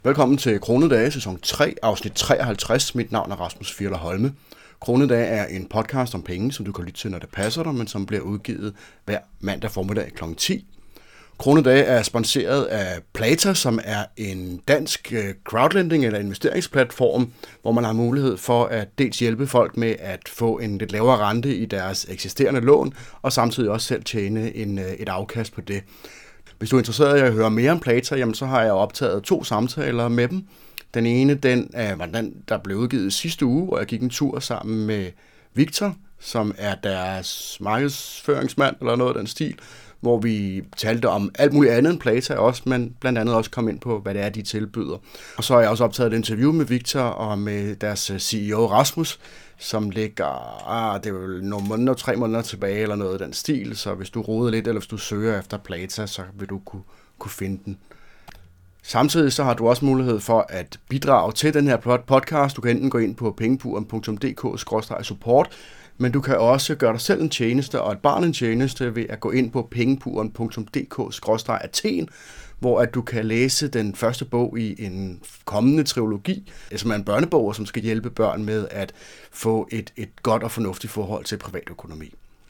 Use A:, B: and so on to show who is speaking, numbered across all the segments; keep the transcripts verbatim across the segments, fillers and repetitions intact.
A: Velkommen til Kronedage, sæson tre, afsnit treoghalvtreds. Mit navn er Rasmus Fjerler Holme. Kronedage er en podcast om penge, som du kan lytte til, når det passer dig, men som bliver udgivet hver mandag formiddag klokken ti. Kronedage er sponsoreret af Plata, som er en dansk crowdlending- eller investeringsplatform, hvor man har mulighed for at dels hjælpe folk med at få en lidt lavere rente i deres eksisterende lån, og samtidig også selv tjene en, et afkast på det. Hvis du er interesseret i at høre mere om Plata, jamen så har jeg optaget to samtaler med dem. Den ene, den var den, der blev udgivet sidste uge, hvor jeg gik en tur sammen med Victor, som er deres markedsføringsmand eller noget af den stil, hvor vi talte om alt muligt andet end Plata også, men blandt andet også kom ind på, hvad det er, de tilbyder. Og så har jeg også optaget et interview med Victor og med deres C E O Rasmus, som ligger, ah, det er jo nogle måneder, tre måneder tilbage eller noget af den stil, så hvis du roder lidt, eller hvis du søger efter Plata, så vil du kunne, kunne finde den. Samtidig så har du også mulighed for at bidrage til den her podcast. Du kan enten gå ind på pengepuren punktum d k skråstreg support, men du kan også gøre dig selv en tjeneste og et barn en tjeneste ved at gå ind på pengepuren punktum d k skråstreg athen, hvor at du kan læse den første bog i en kommende trilogi, som er en børnebog, som skal hjælpe børn med at få et, et godt og fornuftigt forhold til privatøkonomi.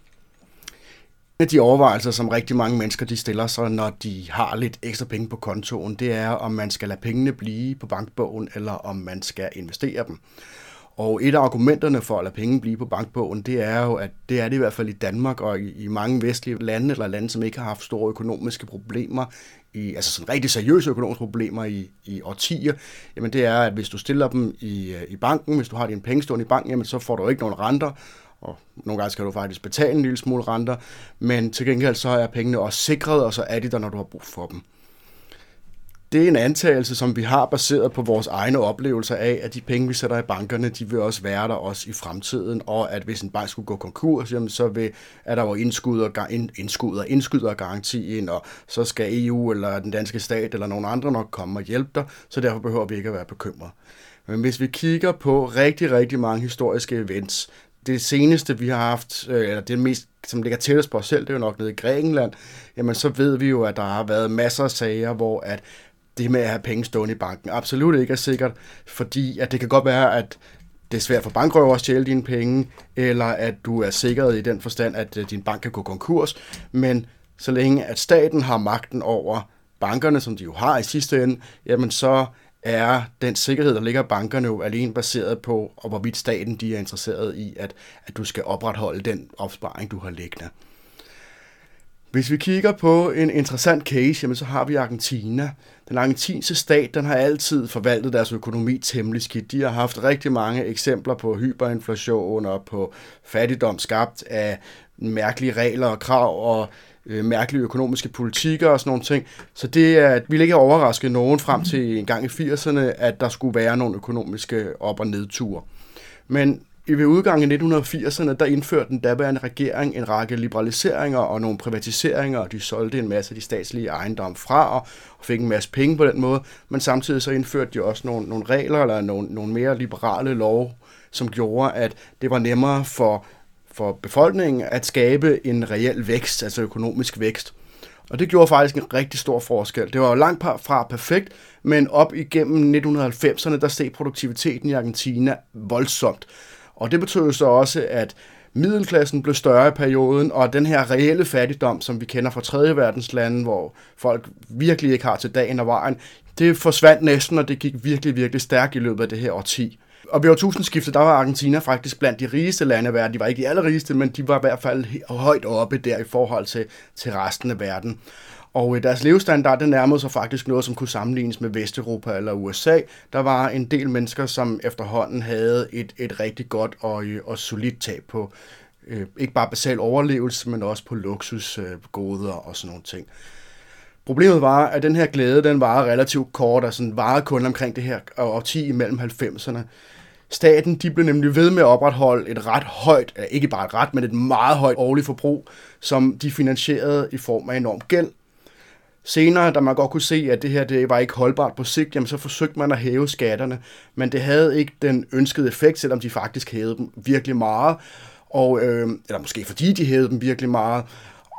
A: En af de overvejelser, som rigtig mange mennesker de stiller sig, når de har lidt ekstra penge på kontoen, det er, om man skal lade pengene blive på bankbogen, eller om man skal investere dem. Og et af argumenterne for at lade penge blive på bankbogen, det er jo, at det er det i hvert fald i Danmark og i, i mange vestlige lande, eller lande, som ikke har haft store økonomiske problemer, i, altså sådan rigtig seriøse økonomiske problemer i, i årtier, jamen det er, at hvis du stiller dem i, i banken, hvis du har dine penge stående i banken, jamen så får du ikke nogen renter, og nogle gange skal du faktisk betale en lille smule renter, men til gengæld så er pengene også sikret, og så er de der, når du har brug for dem. Det er en antagelse, som vi har baseret på vores egne oplevelser af, at de penge, vi sætter i bankerne, de vil også være der også i fremtiden, og at hvis en bank skulle gå konkurs, jamen, så vil, er der jo indskud og, indskud og indskydergarantien, og så skal E U eller den danske stat eller nogen andre nok komme og hjælpe dig, så derfor behøver vi ikke at være bekymret. Men hvis vi kigger på rigtig, rigtig mange historiske events, det seneste, vi har haft, eller det mest, som ligger tættest på os selv, det er jo nok nede i Grækenland, jamen så ved vi jo, at der har været masser af sager, hvor at det med at have penge stående i banken absolut ikke er sikkert, fordi at det kan godt være, at det er svært for bankrøver at stjæle dine penge, eller at du er sikret i den forstand, at din bank kan gå konkurs, men så længe at staten har magten over bankerne, som de jo har i sidste ende, jamen så er den sikkerhed, der ligger i bankerne jo alene baseret på, og hvorvidt staten de er interesseret i, at, at du skal opretholde den opsparing, du har liggende. Hvis vi kigger på en interessant case, jamen så har vi Argentina. Den argentinske stat, den har altid forvaltet deres økonomi temmelig skidt. De har haft rigtig mange eksempler på hyperinflation og på fattigdom skabt af mærkelige regler og krav og øh, mærkelige økonomiske politikker og sådan nogle ting. Så det er, vil ikke overraske nogen frem til en gang i firserne, at der skulle være nogle økonomiske op- og nedture. Men i ved udgangen i nitten firserne, der indførte den daværende regering en række liberaliseringer og nogle privatiseringer, og de solgte en masse af de statslige ejendomme fra og fik en masse penge på den måde, men samtidig så indførte de også nogle, nogle regler eller nogle, nogle mere liberale lov, som gjorde, at det var nemmere for, for befolkningen at skabe en reel vækst, altså økonomisk vækst. Og det gjorde faktisk en rigtig stor forskel. Det var jo langt fra perfekt, men op igennem nitten halvfemserne, der steg produktiviteten i Argentina voldsomt. Og det betød så også, at middelklassen blev større i perioden, og den her reelle fattigdom, som vi kender fra tredje verdens lande, hvor folk virkelig ikke har til dagen og vejen, det forsvandt næsten, og det gik virkelig, virkelig stærkt i løbet af det her årti. Og ved årtusindskiftet, der var Argentina faktisk blandt de rigeste lande i verden. De var ikke de allerrigeste, men de var i hvert fald højt oppe der i forhold til, til resten af verden. Og deres levestandard, den nærmede sig faktisk noget, som kunne sammenlignes med Vesteuropa eller U S A. Der var en del mennesker, som efterhånden havde et, et rigtig godt og, og solidt tab på øh, ikke bare basal overlevelse, men også på luksusgoder øh, og sådan nogle ting. Problemet var, at den her glæde, den var relativt kort, og sådan varede kun omkring det her årti imellem halvfemserne. Staten, de blev nemlig ved med at opretholde et ret højt, ikke bare et ret, men et meget højt årligt forbrug, som de finansierede i form af enorm gæld. Senere, da man godt kunne se, at det her det var ikke holdbart på sigt, jamen så forsøgte man at hæve skatterne, men det havde ikke den ønskede effekt, selvom de faktisk hævede dem virkelig meget, og, øh, eller måske fordi de hævede dem virkelig meget.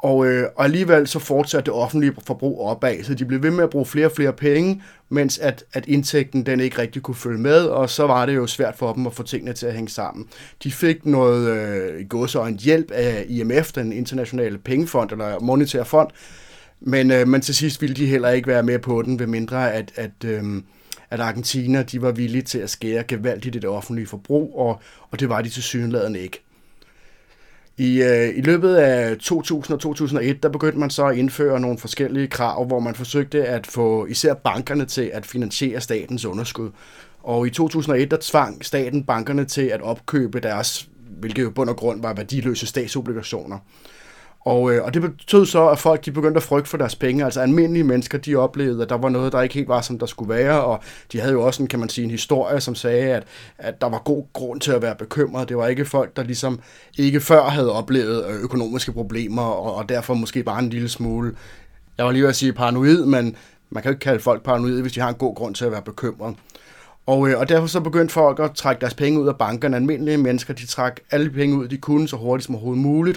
A: Og, øh, og alligevel så fortsatte det offentlige forbrug opad, så de blev ved med at bruge flere og flere penge, mens at, at indtægten den ikke rigtig kunne følge med, og så var det jo svært for dem at få tingene til at hænge sammen. De fik noget øh, i gåseøjne hjælp af I M F, den internationale pengefond, eller monetære fond, men, øh, men til sidst ville de heller ikke være med på den, ved mindre at, at, øh, at Argentina de var villige til at skære gevaldigt i det offentlige forbrug, og, og det var de tilsyneladende ikke. I, øh, I løbet af to tusind og to tusind og et, der begyndte man så at indføre nogle forskellige krav, hvor man forsøgte at få især bankerne til at finansiere statens underskud. Og i to tusind og et, der tvang staten bankerne til at opkøbe deres, hvilket jo bund og grund var værdiløse statsobligationer. Og, øh, og det betød så, at folk de begyndte at frygte for deres penge. Altså almindelige mennesker, de oplevede, at der var noget, der ikke helt var, som der skulle være. Og de havde jo også en, kan man sige, en historie, som sagde, at, at der var god grund til at være bekymret. Det var ikke folk, der ligesom ikke før havde oplevet økonomiske problemer, og, og derfor måske bare en lille smule, jeg var lige ved at sige paranoid, men man kan jo ikke kalde folk paranoid, hvis de har en god grund til at være bekymret. Og, øh, og derfor så begyndte folk at trække deres penge ud af bankerne. Almindelige mennesker, de trak alle de penge ud, de kunne så hurtigt som overhovedet muligt.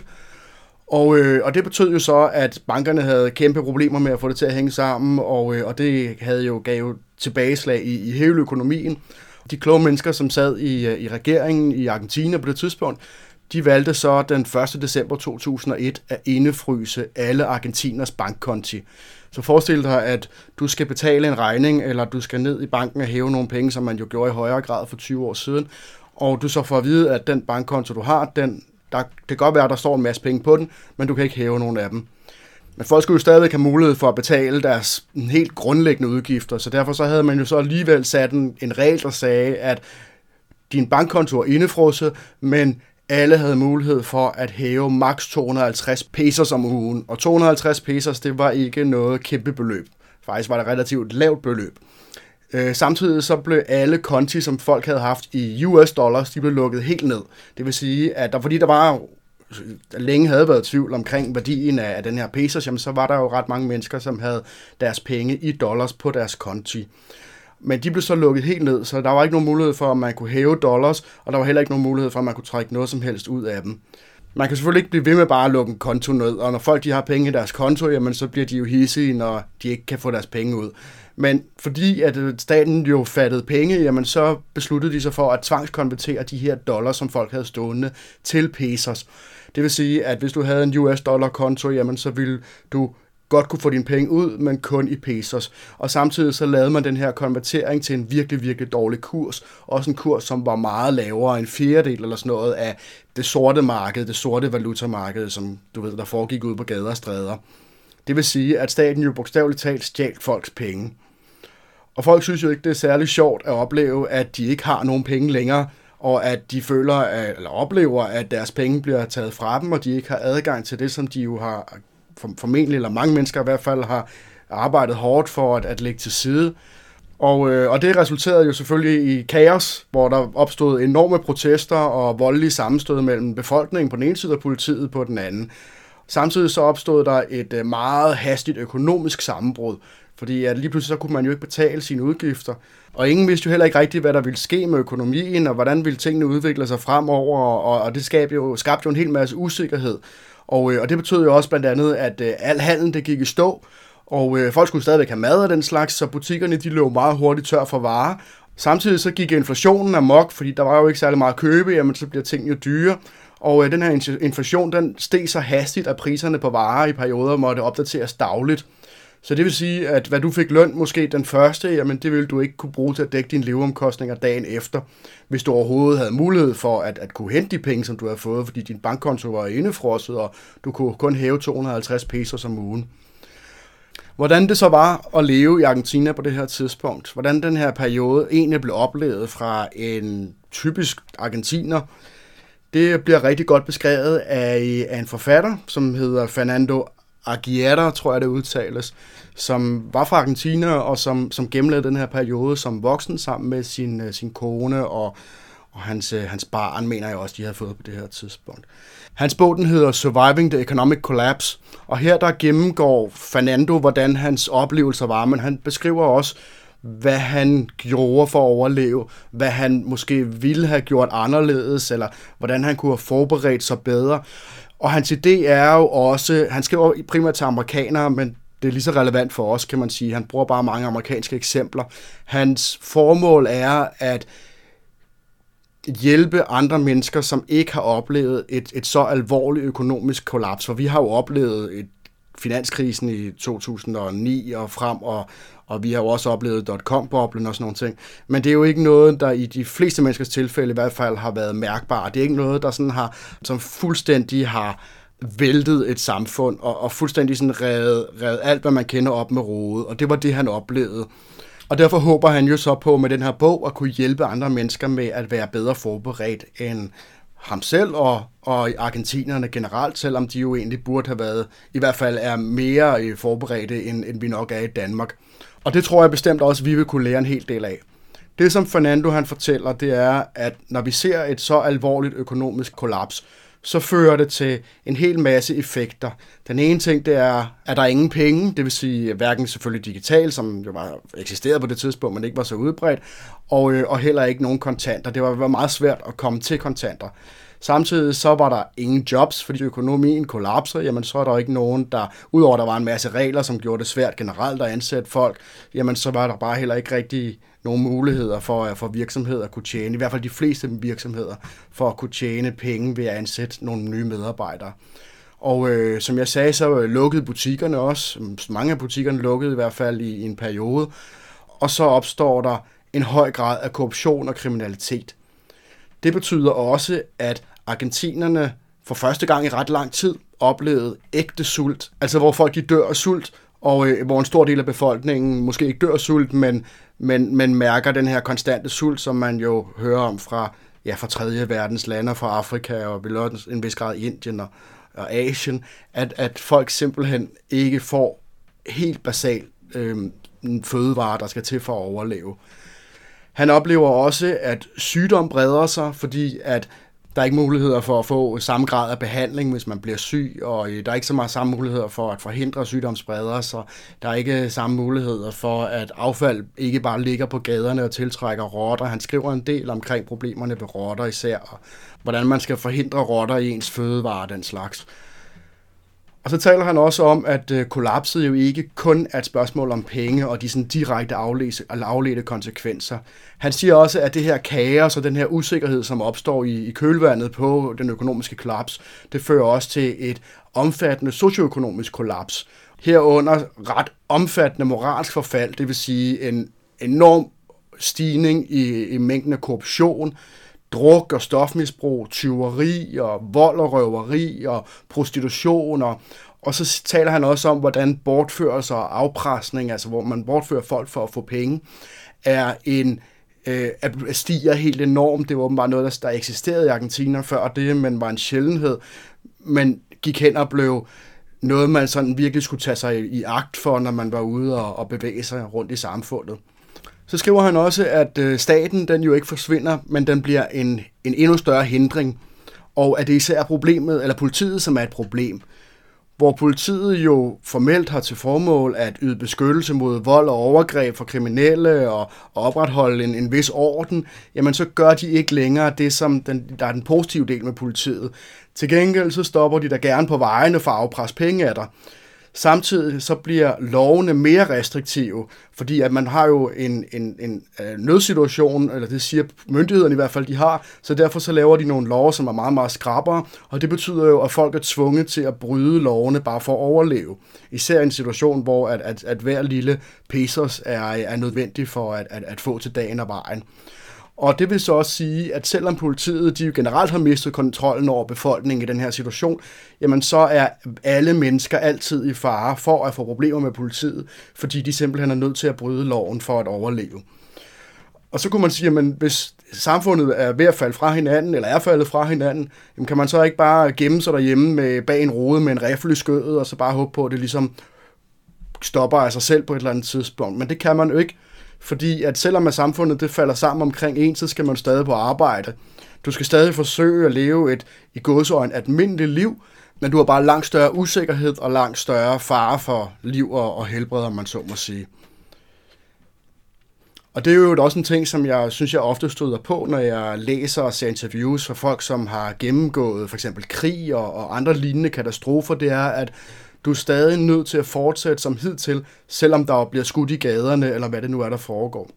A: Og, øh, og det betød jo så, at bankerne havde kæmpe problemer med at få det til at hænge sammen, og, øh, og det havde jo, gav jo tilbageslag i, i hele økonomien. De kloge mennesker, som sad i, i regeringen i Argentina på det tidspunkt, de valgte så den første december to tusind og et at indefryse alle argentiners bankkonti. Så forestil dig, at du skal betale en regning, eller du skal ned i banken og hæve nogle penge, som man jo gjorde i højere grad for tyve år siden, og du så får at vide, at den bankkonto, du har, den Der, det kan godt være, at der står en masse penge på den, men du kan ikke hæve nogen af dem. Men folk skulle jo stadigvæk have mulighed for at betale deres helt grundlæggende udgifter, så derfor så havde man jo så alligevel sat en, en regel, der sagde, at din bankkonto er indefrosset, men alle havde mulighed for at hæve maks to hundrede og halvtreds pesos om ugen. Og to hundrede og halvtreds pesos, det var ikke noget kæmpe beløb. Faktisk var det et relativt lavt beløb. Øh, samtidig så blev alle konti, som folk havde haft i U S dollars, de blev lukket helt ned. Det vil sige, at der, fordi der var længe havde været tvivl omkring værdien af, af den her pesos, jamen så var der jo ret mange mennesker, som havde deres penge i dollars på deres konti. Men de blev så lukket helt ned, så der var ikke nogen mulighed for, at man kunne hæve dollars, og der var heller ikke nogen mulighed for, at man kunne trække noget som helst ud af dem. Man kan selvfølgelig ikke blive ved med bare at lukke en konto ned, og når folk de har penge i deres konto, jamen så bliver de jo hidsige, når de ikke kan få deres penge ud. Men fordi at staten jo fattede penge, jamen så besluttede de sig for at tvangskonvertere de her dollars, som folk havde stående, til pesos. Det vil sige, at hvis du havde en U S dollar konto, jamen så ville du godt kunne få dine penge ud, men kun i pesos. Og samtidig så lavede man den her konvertering til en virkelig, virkelig dårlig kurs. Også en kurs, som var meget lavere, en fjerdedel eller sådan noget af det sorte marked, det sorte valutamarked, som du ved, der foregik ud på gader og stræder. Det vil sige, at staten jo bogstaveligt talt stjal folks penge. Og folk synes jo ikke, det er særlig sjovt at opleve, at de ikke har nogen penge længere, og at de føler, eller oplever, at deres penge bliver taget fra dem, og de ikke har adgang til det, som de jo har formentlig, eller mange mennesker i hvert fald, har arbejdet hårdt for at, at lægge til side. Og, øh, og det resulterede jo selvfølgelig i kaos, hvor der opstod enorme protester og voldelige sammenstød mellem befolkningen på den ene side og politiet på den anden. Samtidig så opstod der et meget hastigt økonomisk sammenbrud, fordi at lige pludselig så kunne man jo ikke betale sine udgifter. Og ingen vidste jo heller ikke rigtigt, hvad der ville ske med økonomien, og hvordan ville tingene udvikle sig fremover, og, og det skabte jo, skabte jo en hel masse usikkerhed. Og, øh, og det betød jo også blandt andet, at øh, al handel det gik i stå, og øh, folk skulle stadigvæk have mad af den slags, så butikkerne de løb meget hurtigt tør for varer. Samtidig så gik inflationen amok, fordi der var jo ikke særlig meget at købe, jamen så bliver ting jo dyre. Og øh, den her inflation, den steg så hastigt, at priserne på varer i perioder måtte opdateres dagligt. Så det vil sige, at hvad du fik løn måske den første, jamen det ville du ikke kunne bruge til at dække dine leveomkostninger dagen efter, hvis du overhovedet havde mulighed for at, at kunne hente de penge, som du havde fået, fordi din bankkonto var indefrosset, og du kunne kun hæve to hundrede og halvtreds pesos om ugen. Hvordan det så var at leve i Argentina på det her tidspunkt, hvordan den her periode egentlig blev oplevet fra en typisk argentiner, det bliver rigtig godt beskrevet af, af en forfatter, som hedder Fernando Aguirre, tror jeg det udtales, som var fra Argentina, og som, som gennemlevede den her periode som voksen sammen med sin, sin kone og, og hans, hans barn, mener jeg også, de havde fået på det her tidspunkt. Hans bog, den hedder Surviving the Economic Collapse, og her der gennemgår Fernando, hvordan hans oplevelser var, men han beskriver også, hvad han gjorde for at overleve, hvad han måske ville have gjort anderledes, eller hvordan han kunne have forberedt sig bedre. Og hans idé er jo også, han skriver primært til amerikanere, men det er lige så relevant for os, kan man sige. Han bruger bare mange amerikanske eksempler. Hans formål er at hjælpe andre mennesker, som ikke har oplevet et, et så alvorligt økonomisk kollaps. For vi har jo oplevet et finanskrisen i to tusind og ni og frem, og, og vi har jo også oplevet dot-com-boblen og sådan nogle ting. Men det er jo ikke noget, der i de fleste menneskers tilfælde i hvert fald har været mærkbart. Det er ikke noget, der sådan har, som fuldstændig har væltet et samfund, og, og fuldstændig sådan revet, revet alt, hvad man kender op med rode. Og det var det, han oplevede. Og derfor håber han jo så på med den her bog at kunne hjælpe andre mennesker med at være bedre forberedt end ham selv og, og argentinerne generelt, selvom de jo egentlig burde have været, i hvert fald er mere forberedte, end, end vi nok er i Danmark. Og det tror jeg bestemt også, at vi vil kunne lære en hel del af. Det, som Fernando han fortæller, det er, at når vi ser et så alvorligt økonomisk kollaps, så fører det til en hel masse effekter. Den ene ting, det er, at der er ingen penge, det vil sige hverken selvfølgelig digital, som jo var eksisterede på det tidspunkt, men ikke var så udbredt, og, og heller ikke nogen kontanter. Det var meget svært at komme til kontanter. Samtidig så var der ingen jobs, fordi økonomien kollapser, jamen så er der ikke nogen, der, udover der var en masse regler, som gjorde det svært generelt at ansætte folk, jamen så var der bare heller ikke rigtig nogle muligheder for, for virksomheder at kunne tjene, i hvert fald de fleste virksomheder, for at kunne tjene penge ved at ansætte nogle nye medarbejdere. Og øh, som jeg sagde, så lukkede butikkerne også, mange af butikkerne lukkede i hvert fald i, i en periode, og så opstår der en høj grad af korruption og kriminalitet. Det betyder også, at argentinerne for første gang i ret lang tid oplevede ægte sult, altså hvor folk de dør af sult, og øh, hvor en stor del af befolkningen måske ikke dør af sult, men, men, men mærker den her konstante sult, som man jo hører om fra, ja, fra tredje verdens lande, fra Afrika og vel også en vis grad Indien og, og Asien, at, at folk simpelthen ikke får helt basalt øh, fødevarer, der skal til for at overleve. Han oplever også, at sygdom breder sig, fordi at der er ikke muligheder for at få samme grad af behandling, hvis man bliver syg, og der er ikke så meget samme muligheder for at forhindre sygdomsbreder sig. Der er ikke samme muligheder for, at affald ikke bare ligger på gaderne og tiltrækker rotter. Han skriver en del omkring problemerne ved rotter især, og hvordan man skal forhindre rotter i ens fødevarer og den slags. Og så taler han også om, at øh, kollapset jo ikke kun er et spørgsmål om penge og de sådan direkte afledte, afledte konsekvenser. Han siger også, at det her kaos og den her usikkerhed, som opstår i, i kølvandet på den økonomiske kollaps, det fører også til et omfattende socioøkonomisk kollaps. Herunder ret omfattende moralsk forfald, det vil sige en enorm stigning i, i mængden af korruption, druk og stofmisbrug, tyveri og vold og røveri og prostitution. Og, og så taler han også om, hvordan bortførelse og afpresning, altså hvor man bortfører folk for at få penge, er en øh, stiger helt enormt. Det var åbenbart noget, der eksisterede i Argentina før det, men var en sjældenhed. Men gik hen og blev noget, man sådan virkelig skulle tage sig i, i agt for, når man var ude og, og bevæge sig rundt i samfundet. Så skriver han også, at staten den jo ikke forsvinder, men den bliver en, en endnu større hindring, og at det især er problemet, eller politiet, som er et problem, hvor politiet jo formelt har til formål at yde beskyttelse mod vold og overgreb for kriminelle og, og opretholde en, en vis orden, jamen så gør de ikke længere det, som den, der er den positive del med politiet. Til gengæld så stopper de der gerne på vejene for at afpresse penge af dig. Samtidig så bliver lovene mere restriktive, fordi at man har jo en, en, en nødsituation, eller det siger myndighederne i hvert fald, de har, så derfor så laver de nogle love, som er meget, meget skrappere, og det betyder jo, at folk er tvunget til at bryde lovene bare for at overleve. Især i en situation, hvor at, at, at hver lille pesos er, er nødvendig for at, at, at få til dagen og vejen. Og det vil så også sige, at selvom politiet de generelt har mistet kontrollen over befolkningen i den her situation, jamen så er alle mennesker altid i fare for at få problemer med politiet, fordi de simpelthen er nødt til at bryde loven for at overleve. Og så kunne man sige, at hvis samfundet er ved at falde fra hinanden, eller er faldet fra hinanden, jamen kan man så ikke bare gemme sig derhjemme med, bag en rode med en riffel i skødet, og så bare håbe på, at det ligesom stopper af sig selv på et eller andet tidspunkt. Men det kan man jo ikke. Fordi at selvom at samfundet det falder sammen omkring en, så skal man stadig på arbejde. Du skal stadig forsøge at leve et i gåseøjne almindeligt liv, men du har bare langt større usikkerhed og langt større fare for liv og, og helbred, om man så må sige. Og det er jo også en ting, som jeg synes, jeg ofte støder på, når jeg læser og ser interviews fra folk, som har gennemgået for eksempel krig og, og andre lignende katastrofer. Det er, at du er stadig nødt til at fortsætte som hidtil, selvom der bliver skudt i gaderne, eller hvad det nu er, der foregår.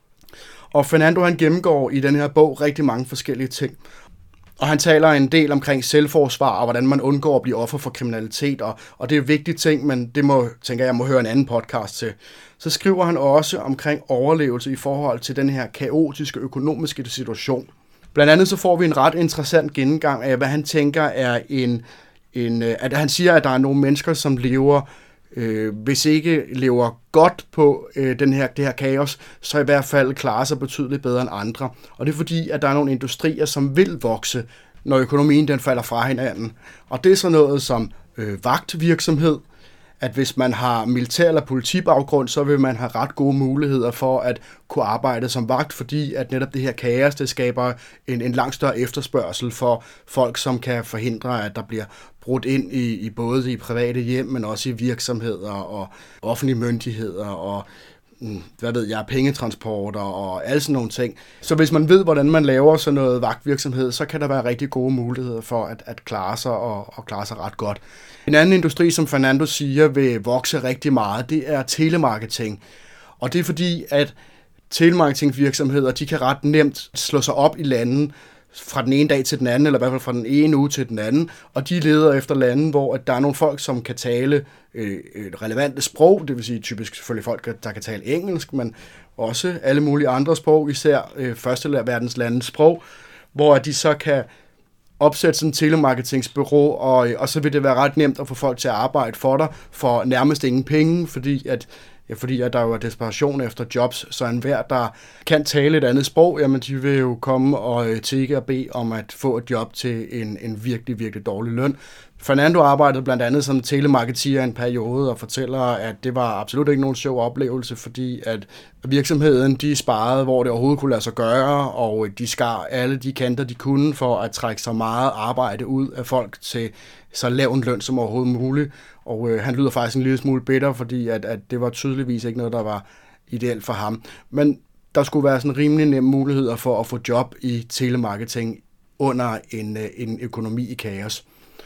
A: Og Fernando, han gennemgår i den her bog rigtig mange forskellige ting. Og han taler en del omkring selvforsvar, og hvordan man undgår at blive offer for kriminalitet, og, og det er vigtige ting, men det må, tænker jeg, jeg må høre en anden podcast til. Så skriver han også omkring overlevelse i forhold til den her kaotiske økonomiske situation. Blandt andet så får vi en ret interessant gennemgang af, hvad han tænker er en, en at han siger, at der er nogle mennesker, som lever, øh, hvis ikke lever godt på øh, den her, det her kaos, så i hvert fald klarer sig betydeligt bedre end andre. Og det er fordi, at der er nogle industrier, som vil vokse, når økonomien den falder fra hinanden. Og det er så noget som øh, vagtvirksomhed, at hvis man har militær- eller politibaggrund, så vil man have ret gode muligheder for at kunne arbejde som vagt, fordi at netop det her kaos, det skaber en, en langt større efterspørgsel for folk, som kan forhindre, at der bliver brudt ind i, i både i private hjem, men også i virksomheder og offentlige myndigheder og hvad ved jeg, pengetransporter og alle sådan nogle ting. Så hvis man ved, hvordan man laver sådan noget vagtvirksomhed, så kan der være rigtig gode muligheder for at, at klare sig og, og klare sig ret godt. En anden industri, som Fernando siger, vil vokse rigtig meget, det er telemarketing. Og det er fordi, at telemarketingvirksomheder, de kan ret nemt slå sig op i landen fra den ene dag til den anden, eller i hvert fald fra den ene uge til den anden, og de leder efter lande, hvor at der er nogle folk, som kan tale øh, et relevante sprog, det vil sige typisk selvfølgelig folk, der kan tale engelsk, men også alle mulige andre sprog, især øh, første verdens landes sprog, hvor de så kan opsætte sådan et telemarketingsbureau, og, og så vil det være ret nemt at få folk til at arbejde for dig, for nærmest ingen penge, fordi at Ja, fordi at der jo er desperation efter jobs, så enhver, der kan tale et andet sprog, jamen de vil jo komme og tigge og bede om at få et job til en, en virkelig, virkelig dårlig løn. Fernando arbejdede blandt andet som telemarketeer en periode og fortæller, at det var absolut ikke nogen sjov oplevelse, fordi at virksomheden, de sparede, hvor det overhovedet kunne lade sig gøre, og de skar alle de kanter, de kunne for at trække så meget arbejde ud af folk til så lav en løn som overhovedet muligt. Og øh, han lyder faktisk en lille smule bitter, fordi at, at det var tydeligvis ikke noget, der var ideelt for ham. Men der skulle være sådan rimelig nemme muligheder for at få job i telemarketing under en, en økonomi i kaos.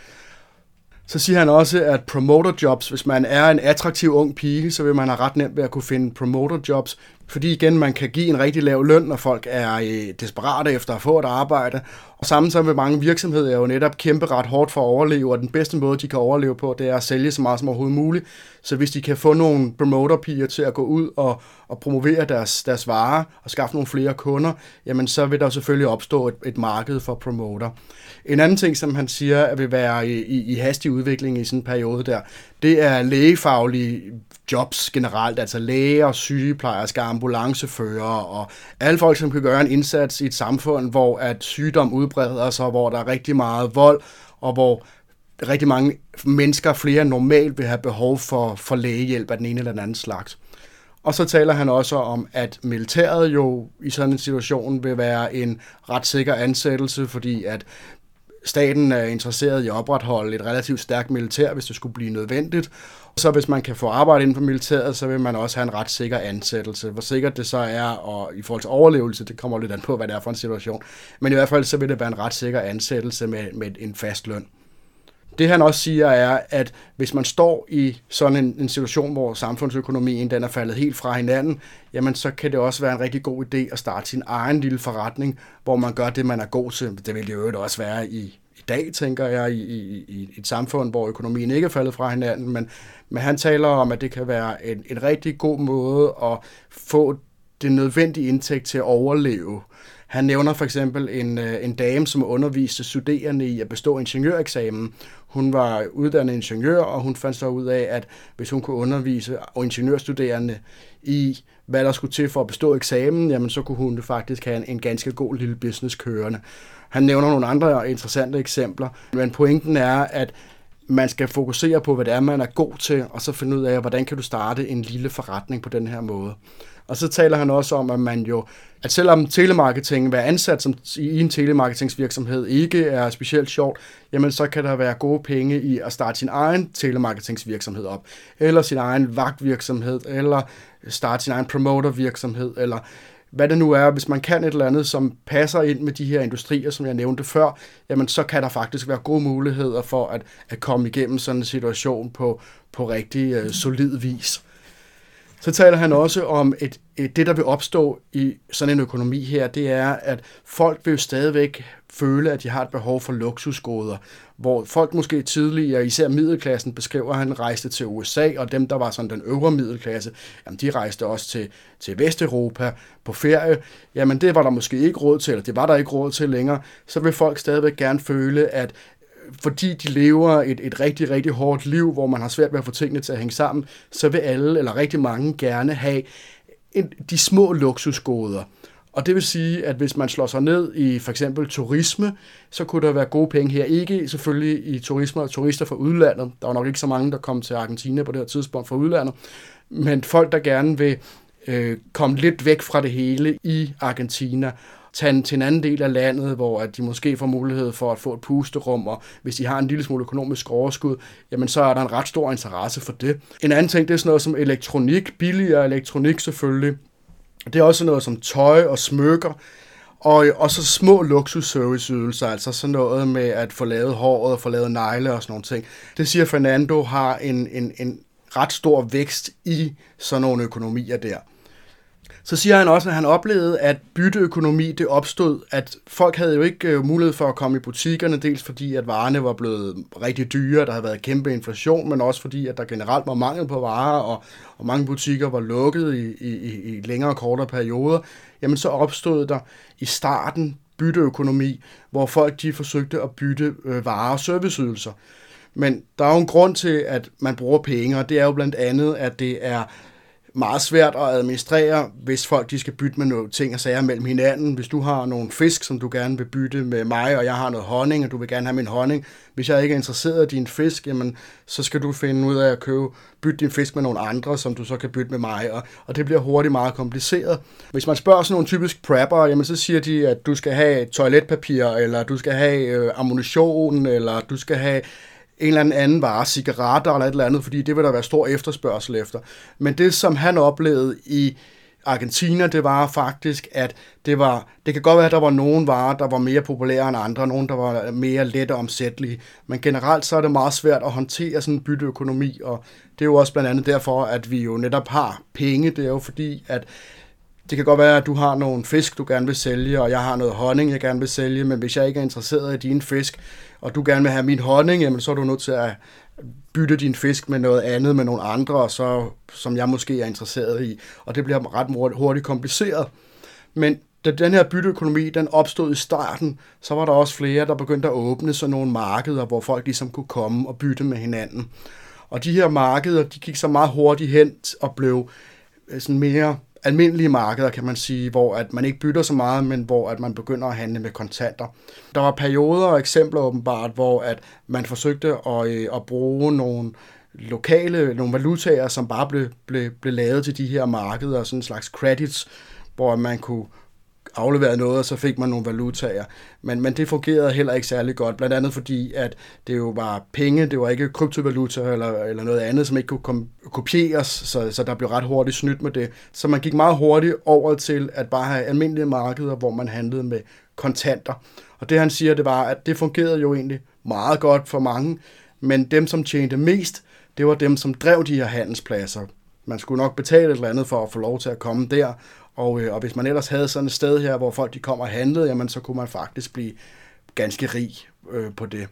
A: Så siger han også, at promoterjobs, hvis man er en attraktiv ung pige, så vil man have ret nemt ved at kunne finde promoterjobs, fordi igen, man kan give en rigtig lav løn, når folk er øh, desperate efter at få et arbejde. Og sammen så vil mange virksomheder jo netop kæmpe ret hårdt for at overleve, og den bedste måde, de kan overleve på, det er at sælge så meget som overhovedet muligt. Så hvis de kan få nogle promoterpiger til at gå ud og, og promovere deres, deres varer og skaffe nogle flere kunder, jamen så vil der selvfølgelig opstå et, et marked for promoter. En anden ting, som han siger, at vil være i, i, i hastig udvikling i sådan en periode der, det er lægefaglige jobs generelt, altså læger, sygeplejersker, ambulanceførere og alle folk, som kan gøre en indsats i et samfund, hvor at sygdom udbreder sig, hvor der er rigtig meget vold, og hvor rigtig mange mennesker, flere end normalt, vil have behov for, for lægehjælp af den ene eller den anden slags. Og så taler han også om, at militæret jo i sådan en situation vil være en ret sikker ansættelse, fordi at staten er interesseret i at opretholde et relativt stærkt militær, hvis det skulle blive nødvendigt. Så hvis man kan få arbejde inden for militæret, så vil man også have en ret sikker ansættelse. Hvor sikkert det så er, og i forhold til overlevelse, det kommer lidt an på, hvad det er for en situation. Men i hvert fald så vil det være en ret sikker ansættelse med, med en fast løn. Det han også siger er, at hvis man står i sådan en, en situation, hvor samfundsøkonomien den er faldet helt fra hinanden, jamen så kan det også være en rigtig god idé at starte sin egen lille forretning, hvor man gør det, man er god til. Det vil det jo også være i, i dag, tænker jeg, i, i, i et samfund, hvor økonomien ikke er faldet fra hinanden. Men, men han taler om, at det kan være en, en rigtig god måde at få det nødvendige indtægt til at overleve. Han nævner for eksempel en, en dame, som underviste studerende i at bestå ingeniøreksamen. Hun var uddannet ingeniør, og hun fandt så ud af, at hvis hun kunne undervise ingeniørstuderende i, hvad der skulle til for at bestå eksamen, jamen så kunne hun faktisk have en, en ganske god lille business kørende. Han nævner nogle andre interessante eksempler, men pointen er, at man skal fokusere på, hvad det er, man er god til, og så finde ud af, hvordan kan du starte en lille forretning på den her måde. Og så taler han også om, at man jo, at selvom telemarketing, være ansat som, i en telemarketingsvirksomhed ikke er specielt sjovt, jamen så kan der være gode penge i at starte sin egen telemarketingsvirksomhed op, eller sin egen vagtvirksomhed, eller starte sin egen promotervirksomhed, eller hvad det nu er. Hvis man kan et eller andet, som passer ind med de her industrier, som jeg nævnte før, jamen så kan der faktisk være gode muligheder for at, at komme igennem sådan en situation på, på rigtig uh, solid vis. Så taler han også om, et, et, det der vil opstå i sådan en økonomi her, det er, at folk vil jo stadigvæk føle, at de har et behov for luksusgoder, hvor folk måske tidligere, især middelklassen, beskriver, at han rejste til U S A, og dem, der var sådan den øvre middelklasse, jamen de rejste også til, til Vesteuropa på ferie. Jamen det var der måske ikke råd til, eller det var der ikke råd til længere. Så vil folk stadigvæk gerne føle, at fordi de lever et, et rigtig, rigtig hårdt liv, hvor man har svært ved at få tingene til at hænge sammen, så vil alle, eller rigtig mange, gerne have en, de små luksusgoder. Og det vil sige, at hvis man slår sig ned i for eksempel turisme, så kunne der være gode penge her. Ikke selvfølgelig i turisme og turister fra udlandet. Der var nok ikke så mange, der kom til Argentina på det her tidspunkt fra udlandet. Men folk, der gerne vil øh, komme lidt væk fra det hele i Argentina, tage til en anden del af landet, hvor at de måske får mulighed for at få et pusterum, og hvis de har en lille smule økonomisk overskud, jamen så er der en ret stor interesse for det. En anden ting, det er sådan noget som elektronik, billigere elektronik selvfølgelig. Det er også noget som tøj og smykker, og også små luksusserviceydelser, altså sådan noget med at få lavet håret og få lavet negle og sådan nogle ting. Det siger Fernando har en, en, en ret stor vækst i sådan nogle økonomier der. Så siger han også, at han oplevede, at bytteøkonomi det opstod, at folk havde jo ikke mulighed for at komme i butikkerne, dels fordi, at varerne var blevet rigtig dyre, der havde været kæmpe inflation, men også fordi, at der generelt var mangel på varer, og, og mange butikker var lukket i, i, i længere og kortere perioder. Jamen så opstod der i starten bytteøkonomi, hvor folk de forsøgte at bytte øh, varer og serviceydelser. Men der er jo en grund til, at man bruger penge, og det er jo blandt andet, at det er meget svært at administrere, hvis folk de skal bytte med nogle ting og sager mellem hinanden. Hvis du har nogle fisk, som du gerne vil bytte med mig, og jeg har noget honning, og du vil gerne have min honning. Hvis jeg ikke er interesseret i din fisk, jamen, så skal du finde ud af at købe, bytte din fisk med nogle andre, som du så kan bytte med mig, og, og det bliver hurtigt meget kompliceret. Hvis man spørger sådan nogle typisk prepper, jamen, så siger de, at du skal have toiletpapir, eller du skal have øh, ammunition, eller du skal have en eller anden vare, cigaretter eller et eller andet, fordi det vil der være stor efterspørgsel efter. Men det, som han oplevede i Argentina, det var faktisk, at det var, det kan godt være, at der var nogle varer, der var mere populære end andre, nogle, der var mere lette omsættelige, men generelt så er det meget svært at håndtere sådan en bytteøkonomi, og det er jo også blandt andet derfor, at vi jo netop har penge. Det er jo fordi, at det kan godt være, at du har nogle fisk, du gerne vil sælge, og jeg har noget honning, jeg gerne vil sælge, men hvis jeg ikke er interesseret i dine fisk, og du gerne vil have min honning, jamen så er du nødt til at bytte din fisk med noget andet, med nogle andre, og så, som jeg måske er interesseret i. Og det bliver ret hurtigt kompliceret. Men da den her bytteøkonomi, den opstod i starten, så var der også flere, der begyndte at åbne sådan nogle markeder, hvor folk ligesom kunne komme og bytte med hinanden. Og de her markeder, de gik så meget hurtigt hen og blev sådan mere almindelige markeder, kan man sige, hvor at man ikke bytter så meget, men hvor at man begynder at handle med kontanter. Der var perioder og eksempler åbenbart, hvor at man forsøgte at, at bruge nogle lokale, nogle valutaer, som bare blev, blev, blev lavet til de her markeder, sådan en slags credits, hvor man kunne aflevere noget, og så fik man nogle valutaer. Men, men det fungerede heller ikke særlig godt, blandt andet fordi, at det jo var penge, det var ikke kryptovaluta eller, eller noget andet, som ikke kunne kom, kopieres, så, så der blev ret hurtigt snydt med det. Så man gik meget hurtigt over til at bare have almindelige markeder, hvor man handlede med kontanter. Og det han siger, det var, at det fungerede jo egentlig meget godt for mange, men dem, som tjente mest, det var dem, som drev de her handelspladser. Man skulle nok betale et eller andet for at få lov til at komme der, Og, øh, og hvis man ellers havde sådan et sted her, hvor folk de kom og handlede, jamen så kunne man faktisk blive ganske rig øh, på det.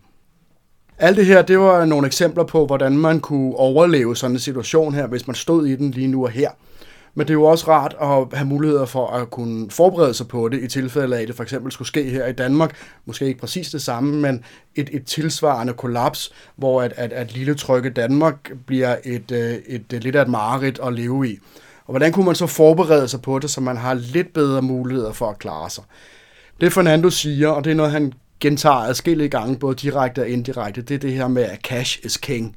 A: Alt det her, det var nogle eksempler på, hvordan man kunne overleve sådan en situation her, hvis man stod i den lige nu og her. Men det er jo også rart at have muligheder for at kunne forberede sig på det, i tilfælde af, at det for eksempel skulle ske her i Danmark. Måske ikke præcis det samme, men et, et tilsvarende kollaps, hvor at, at, at lille trygge Danmark bliver et, et, et, et lidt af et mareridt at leve i. Og hvordan kunne man så forberede sig på det, så man har lidt bedre muligheder for at klare sig? Det Fernando siger, og det er noget, han gentager adskillige gange, både direkte og indirekte, det er det her med, at cash is king.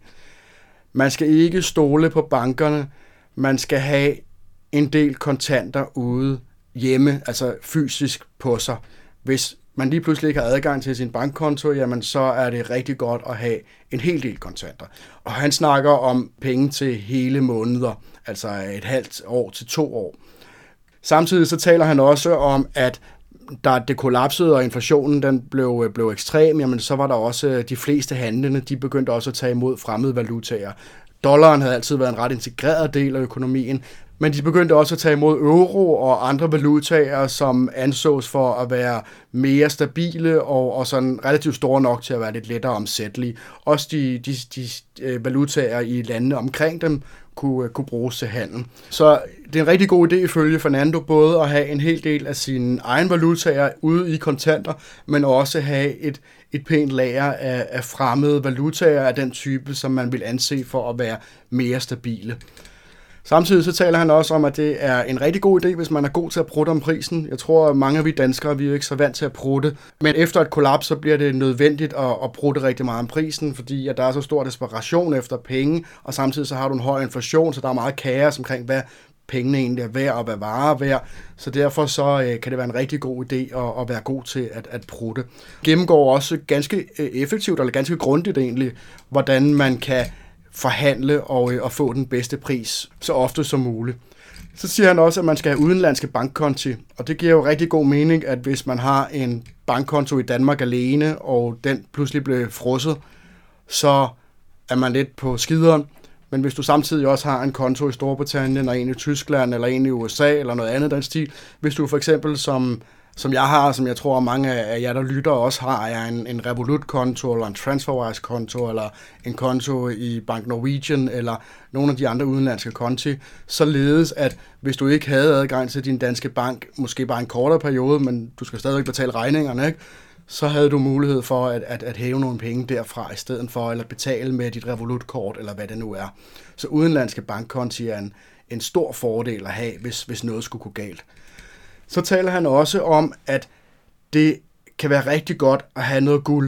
A: Man skal ikke stole på bankerne, man skal have en del kontanter ude hjemme, altså fysisk på sig, hvis man lige pludselig ikke har adgang til sin bankkonto, jamen så er det rigtig godt at have en hel del kontanter. Og han snakker om penge til hele måneder, altså et halvt år til to år. Samtidig så taler han også om, at da det kollapsede, og inflationen den blev, blev ekstrem, jamen så var der også de fleste handlende, de begyndte også at tage imod fremmede valutaer. Dollaren havde altid været en ret integreret del af økonomien, men de begyndte også at tage imod euro og andre valutaer, som ansås for at være mere stabile og, og sådan relativt store nok til at være lidt lettere omsættelige. Også de, de, de, de valutaer i landene omkring dem kunne, kunne bruges til handel. Så det er en rigtig god idé ifølge Fernando både at have en hel del af sine egne valutaer ude i kontanter, men også have et, et pænt lager af, af fremmede valutaer af den type, som man vil anse for at være mere stabile. Samtidig så taler han også om, at det er en rigtig god idé, hvis man er god til at prutte om prisen. Jeg tror, at mange af vi danskere, vi er jo ikke så vant til at prutte. Men efter et kollaps, så bliver det nødvendigt at, at prutte rigtig meget om prisen, fordi at der er så stor desperation efter penge, og samtidig så har du en høj inflation, så der er meget kaos omkring, hvad pengene egentlig er værd, og hvad varer er værd. Så derfor så øh, kan det være en rigtig god idé at, at være god til at, at prutte. Gennemgår også ganske effektivt, eller ganske grundigt egentlig, hvordan man kan forhandle og, og få den bedste pris så ofte som muligt. Så siger han også, at man skal have udenlandske bankkonti, og det giver jo rigtig god mening, at hvis man har en bankkonto i Danmark alene, og den pludselig bliver frosset, så er man lidt på skideren. Men hvis du samtidig også har en konto i Storbritannien, og en i Tyskland, eller en i U S A, eller noget andet den stil, hvis du for eksempel som som jeg har, som jeg tror mange af jer, der lytter, også har, er en, en Revolut-konto, eller en TransferWise-konto, eller en konto i Bank Norwegian, eller nogle af de andre udenlandske konti, således at hvis du ikke havde adgang til din danske bank, måske bare en kortere periode, men du skal stadig betale regningerne, ikke? Så havde du mulighed for at, at, at hæve nogle penge derfra i stedet for, eller betale med dit Revolut-kort, eller hvad det nu er. Så udenlandske bankkonti er en, en stor fordel at have, hvis, hvis noget skulle gå galt. Så taler han også om, at det kan være rigtig godt at have noget guld.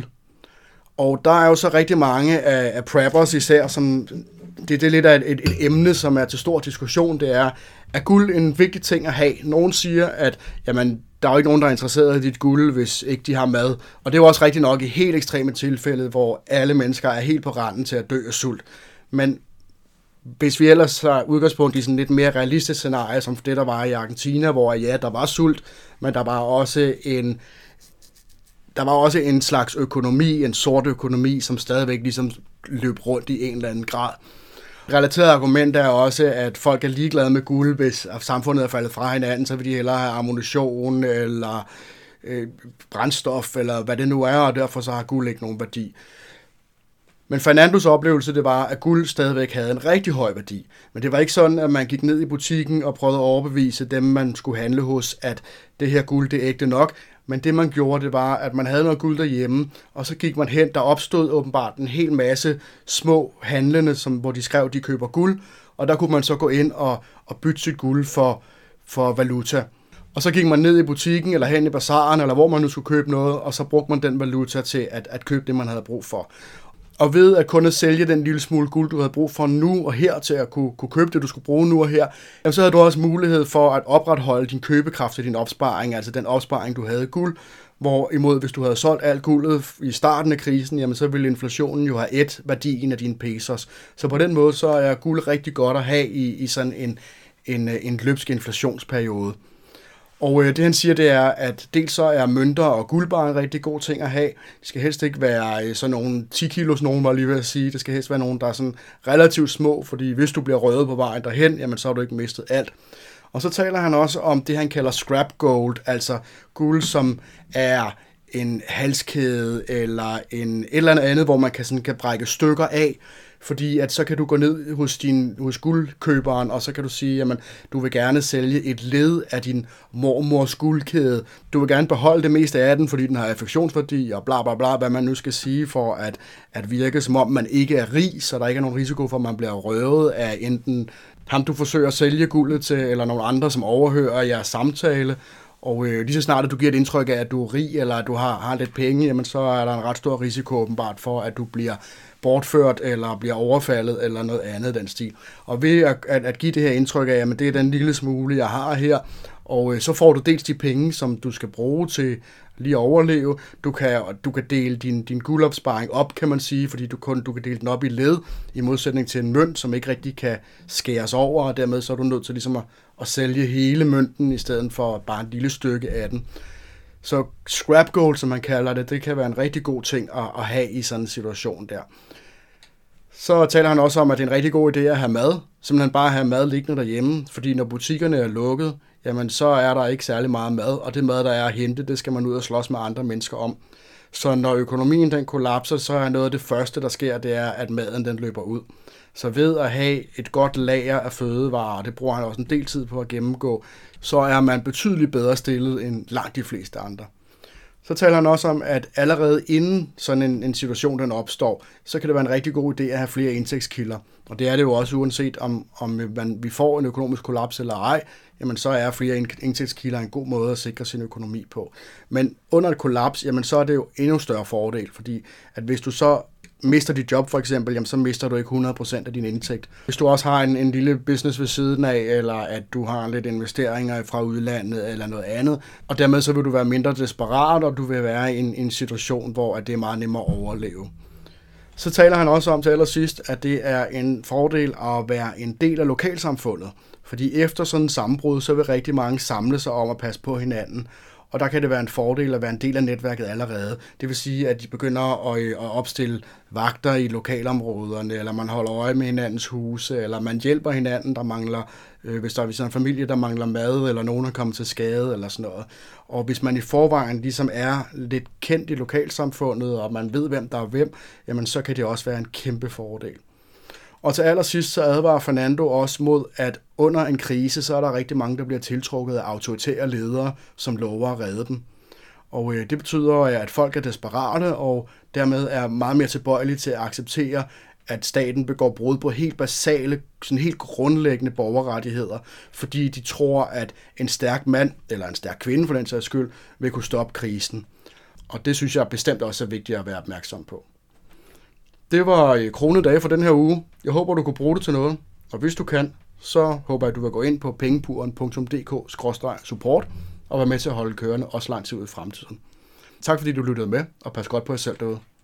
A: Og der er jo så rigtig mange af, af preppers især, som det, det er lidt af et, et, et emne, som er til stor diskussion. Det er, er guld en vigtig ting at have? Nogen siger, at jamen, der er jo ikke nogen, der er interesseret i dit guld, hvis ikke de har mad. Og det er jo også rigtigt nok i helt ekstreme tilfælde, hvor alle mennesker er helt på randen til at dø af sult. Men hvis vi ellers har udgangspunkt i sådan lidt mere realistisk scenarie, som det der var i Argentina, hvor ja, der var sult, men der var også en, der var også en slags økonomi, en sort økonomi, som stadigvæk ligesom løb rundt i en eller anden grad. Relateret argument er også, at folk er ligeglade med guld, hvis samfundet er faldet fra hinanden, så vil de hellere have ammunition eller øh, brændstof, eller hvad det nu er, og derfor så har guld ikke nogen værdi. Men Fernandos oplevelse, det var, at guld stadigvæk havde en rigtig høj værdi. Men det var ikke sådan, at man gik ned i butikken og prøvede at overbevise dem, man skulle handle hos, at det her guld, det er ægte nok. Men det, man gjorde, det var, at man havde noget guld derhjemme, og så gik man hen, der opstod åbenbart en hel masse små handlende, som, hvor de skrev, de køber guld, og der kunne man så gå ind og, og bytte sit guld for, for valuta. Og så gik man ned i butikken, eller hen i bazaren, eller hvor man nu skulle købe noget, og så brugte man den valuta til at, at købe det, man havde brug for. Og ved at kun at sælge den lille smule guld, du havde brug for nu og her, til at kunne, kunne købe det, du skulle bruge nu og her, jamen, så havde du også mulighed for at opretholde din købekraft til din opsparing, altså den opsparing, du havde i guld. Hvorimod, hvis du havde solgt alt guldet i starten af krisen, jamen, så ville inflationen jo have et værdien af dine pesos. Så på den måde, så er guld rigtig godt at have i, i sådan en, en, en løbsk inflationsperiode. Og øh, det han siger, det er, at dels så er mønter og guldbar en rigtig god ting at have. Det skal helst ikke være øh, sådan nogle ti kilos, nogen var lige ved at sige. Det skal helst være nogen, der er sådan relativt små, fordi hvis du bliver røget på vejen derhen, jamen så har du ikke mistet alt. Og så taler han også om det, han kalder scrap gold, altså guld, som er en halskæde eller en, et eller andet, hvor man kan, sådan, kan brække stykker af. Fordi at så kan du gå ned hos, din, hos guldkøberen, og så kan du sige, at du vil gerne sælge et led af din mormors guldkæde. Du vil gerne beholde det meste af den, fordi den har affektionsværdi og bla bla bla, hvad man nu skal sige, for at, at virke som om man ikke er rig, så der ikke er nogen risiko for, at man bliver røvet af enten ham, du forsøger at sælge guldet til, eller nogle andre, som overhører jeres samtale. Og øh, lige så snart, at du giver et indtryk af, at du er rig, eller at du har, har lidt penge, jamen så er der en ret stor risiko åbenbart for, at du bliver bortført, eller bliver overfaldet, eller noget andet den stil. Og ved at, at, at give det her indtryk af, at det er den lille smule, jeg har her, Og øh, så får du dels de penge, som du skal bruge til lige at overleve. Du kan, du kan dele din, din guldopsparing op, kan man sige, fordi du kun du kan dele den op i led, i modsætning til en mønt, som ikke rigtig kan skæres over, og dermed så er du nødt til ligesom at, at sælge hele mønten, i stedet for bare et lille stykke af den. Så scrap gold, som man kalder det, det kan være en rigtig god ting at, at have i sådan en situation der. Så taler han også om, at det er en rigtig god idé at have mad. Simpelthen bare have mad liggende derhjemme, fordi når butikkerne er lukket, jamen så er der ikke særlig meget mad, og det mad, der er at hente, det skal man ud og slås med andre mennesker om. Så når økonomien den kollapser, så er noget af det første, der sker, det er, at maden den løber ud. Så ved at have et godt lager af fødevarer, det bruger han også en del tid på at gennemgå, så er man betydeligt bedre stillet end langt de fleste andre. Så taler han også om, at allerede inden sådan en, en situation den opstår, så kan det være en rigtig god idé at have flere indtægtskilder. Og det er det jo også uanset om, om man, vi får en økonomisk kollaps eller ej, jamen så er flere indtægtskilder en god måde at sikre sin økonomi på. Men under et kollaps, jamen så er det jo endnu større fordel, fordi at hvis du så mister dit job for eksempel, jamen så mister du ikke hundrede procent af din indtægt. Hvis du også har en, en lille business ved siden af, eller at du har lidt investeringer fra udlandet eller noget andet, og dermed så vil du være mindre desperat, og du vil være i en, en situation, hvor at det er meget nemmere at overleve. Så taler han også om til allersidst, at det er en fordel at være en del af lokalsamfundet, fordi efter sådan en sammenbrud, så vil rigtig mange samle sig om at passe på hinanden. Og der kan det være en fordel at være en del af netværket allerede. Det vil sige, at de begynder at, at opstille vagter i lokalområderne, eller man holder øje med hinandens huse, eller man hjælper hinanden, der mangler, øh, hvis der er en familie, der mangler mad, eller nogen er kommet til skade, eller sådan noget. Og hvis man i forvejen ligesom er lidt kendt i lokalsamfundet, og man ved, hvem der er hvem, jamen så kan det også være en kæmpe fordel. Og til allersidst så advarer Fernando også mod, at under en krise, så er der rigtig mange, der bliver tiltrukket af autoritære ledere, som lover at redde dem. Og øh, det betyder, at folk er desperate, og dermed er meget mere tilbøjelige til at acceptere, at staten begår brud på helt basale, sådan helt grundlæggende borgerrettigheder, fordi de tror, at en stærk mand, eller en stærk kvinde for den sags skyld, vil kunne stoppe krisen. Og det synes jeg bestemt også er vigtigt at være opmærksom på. Det var Kronedage for den her uge. Jeg håber, du kunne bruge det til noget. Og hvis du kan, så håber jeg, at du vil gå ind på pengepuren punktum d k skråstreg support og være med til at holde kørende også lang tid ud i fremtiden. Tak fordi du lyttede med, og pas godt på jer selv derude.